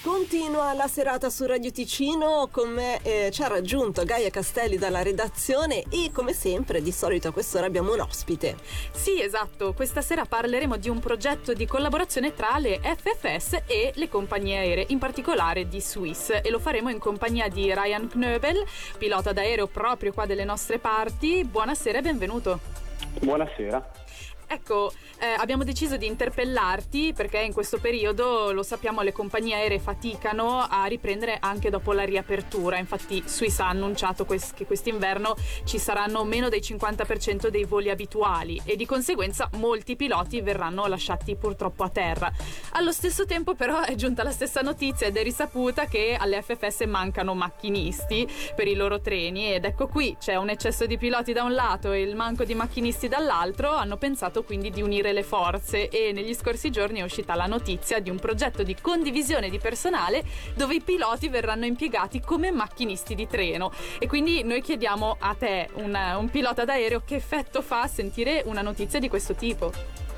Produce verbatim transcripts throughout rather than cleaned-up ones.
Continua la serata su Radio Ticino, con me eh, ci ha raggiunto Gaia Castelli dalla redazione e come sempre di solito a quest'ora abbiamo un ospite. Sì, esatto, questa sera parleremo di un progetto di collaborazione tra le F F S e le compagnie aeree, in particolare di Swiss, e lo faremo in compagnia di Ryan Knöbel, pilota d'aereo proprio qua delle nostre parti. Buonasera e benvenuto. Buonasera. Ecco, eh, abbiamo deciso di interpellarti perché in questo periodo, lo sappiamo, le compagnie aeree faticano a riprendere anche dopo la riapertura. Infatti Swiss ha annunciato quest- che quest'inverno ci saranno meno del cinquanta per cento dei voli abituali e di conseguenza molti piloti verranno lasciati purtroppo a terra. Allo stesso tempo però è giunta la stessa notizia ed è risaputa che alle F F S mancano macchinisti per i loro treni ed ecco qui c'è un eccesso di piloti da un lato e il manco di macchinisti dall'altro. Hanno pensato quindi di unire le forze e negli scorsi giorni è uscita la notizia di un progetto di condivisione di personale dove i piloti verranno impiegati come macchinisti di treno e quindi noi chiediamo a te, un, un pilota d'aereo, che effetto fa sentire una notizia di questo tipo?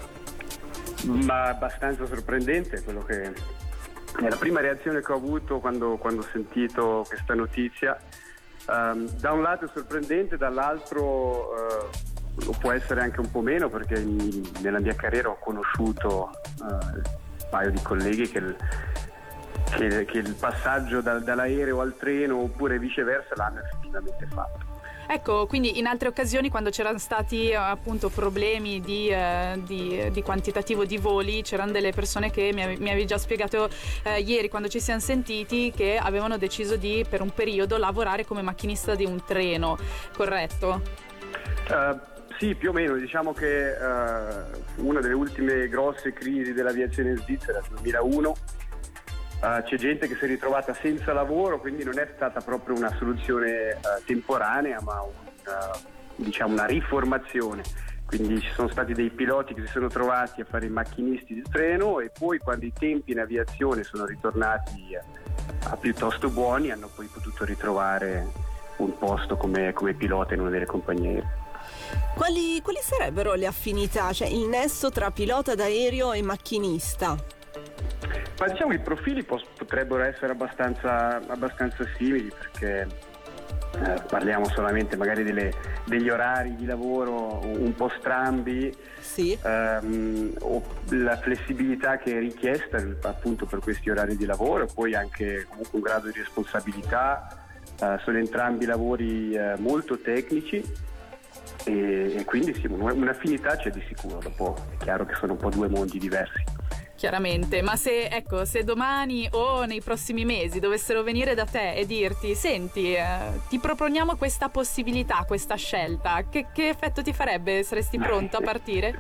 Ma abbastanza sorprendente quello che è la prima reazione che ho avuto quando, quando ho sentito questa notizia. Um, da un lato è sorprendente, dall'altro uh, lo può essere anche un po' meno, perché in, nella mia carriera ho conosciuto uh, un paio di colleghi che il, che, che il passaggio dal, dall'aereo al treno oppure viceversa l'hanno effettivamente fatto. Ecco, quindi in altre occasioni quando c'erano stati appunto problemi di, eh, di, di quantitativo di voli, c'erano delle persone che mi, ave- mi avevi già spiegato eh, ieri quando ci siamo sentiti che avevano deciso di per un periodo lavorare come macchinista di un treno, corretto? Uh, Sì, più o meno. Diciamo che uh, una delle ultime grosse crisi dell'aviazione in Svizzera, nel duemilauno, uh, c'è gente che si è ritrovata senza lavoro, quindi non è stata proprio una soluzione uh, temporanea, ma un, uh, diciamo una riformazione. Quindi ci sono stati dei piloti che si sono trovati a fare i macchinisti di treno e poi quando i tempi in aviazione sono ritornati a, a piuttosto buoni hanno poi potuto ritrovare un posto come, come pilota in una delle compagnie aeree. Quali, quali sarebbero le affinità, cioè il nesso tra pilota d'aereo e macchinista? Ma diciamo che i profili pos- potrebbero essere abbastanza, abbastanza simili, perché eh, parliamo solamente magari delle, degli orari di lavoro un po' strambi, sì. ehm, o la flessibilità che è richiesta appunto per questi orari di lavoro, e poi anche comunque un grado di responsabilità. Eh, sono entrambi lavori eh, molto tecnici. E, e quindi sì, un'affinità c'è di sicuro. Dopo è chiaro che sono un po' due mondi diversi. Chiaramente, ma se ecco se domani o nei prossimi mesi dovessero venire da te e dirti senti eh, ti proponiamo questa possibilità, questa scelta, che, che effetto ti farebbe? Saresti pronto a partire?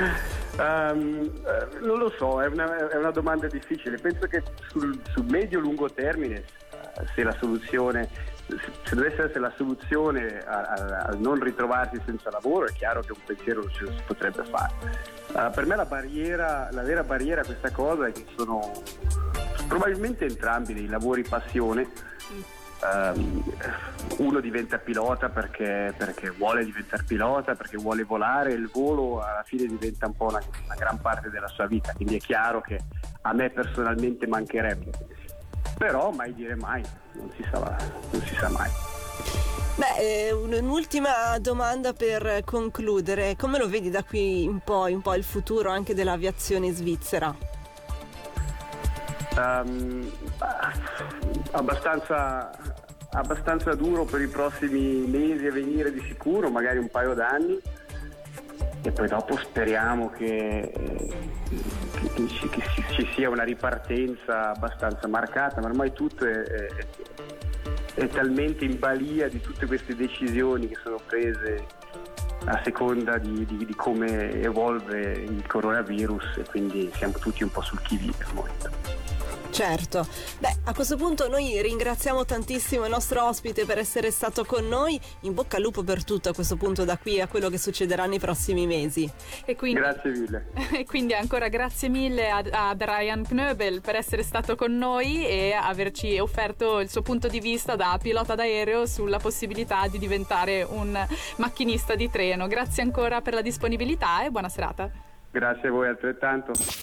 um, uh, non lo so, è una, è una domanda difficile. Penso che sul, sul medio-lungo termine uh, se la soluzione se dovesse essere la soluzione al non ritrovarsi senza lavoro, è chiaro che un pensiero lo si potrebbe fare. Uh, per me la barriera, la vera barriera a questa cosa è che sono probabilmente entrambi dei lavori passione. Um, uno diventa pilota perché, perché vuole diventare pilota, perché vuole volare, e il volo alla fine diventa un po' una, una gran parte della sua vita, quindi è chiaro che a me personalmente mancherebbe. Però mai dire mai, non si sa, non si sa mai. Beh, un'ultima domanda per concludere: come lo vedi da qui in poi un po' il futuro anche dell'aviazione svizzera? Um, abbastanza, abbastanza duro per i prossimi mesi a venire di sicuro, magari un paio d'anni, e poi dopo speriamo che, che, che, ci, che ci sia una ripartenza abbastanza marcata, ma ormai tutto è, è, è talmente in balia di tutte queste decisioni che sono prese a seconda di, di, di come evolve il coronavirus, e quindi siamo tutti un po' sul chi vive al momento. Certo. Beh, a questo punto noi ringraziamo tantissimo il nostro ospite per essere stato con noi. In bocca al lupo per tutto a questo punto, da qui a quello che succederà nei prossimi mesi. E quindi, grazie mille. E quindi ancora grazie mille ad, ad Ryan Knöbel per essere stato con noi e averci offerto il suo punto di vista da pilota d'aereo sulla possibilità di diventare un macchinista di treno. Grazie ancora per la disponibilità e buona serata. Grazie a voi altrettanto.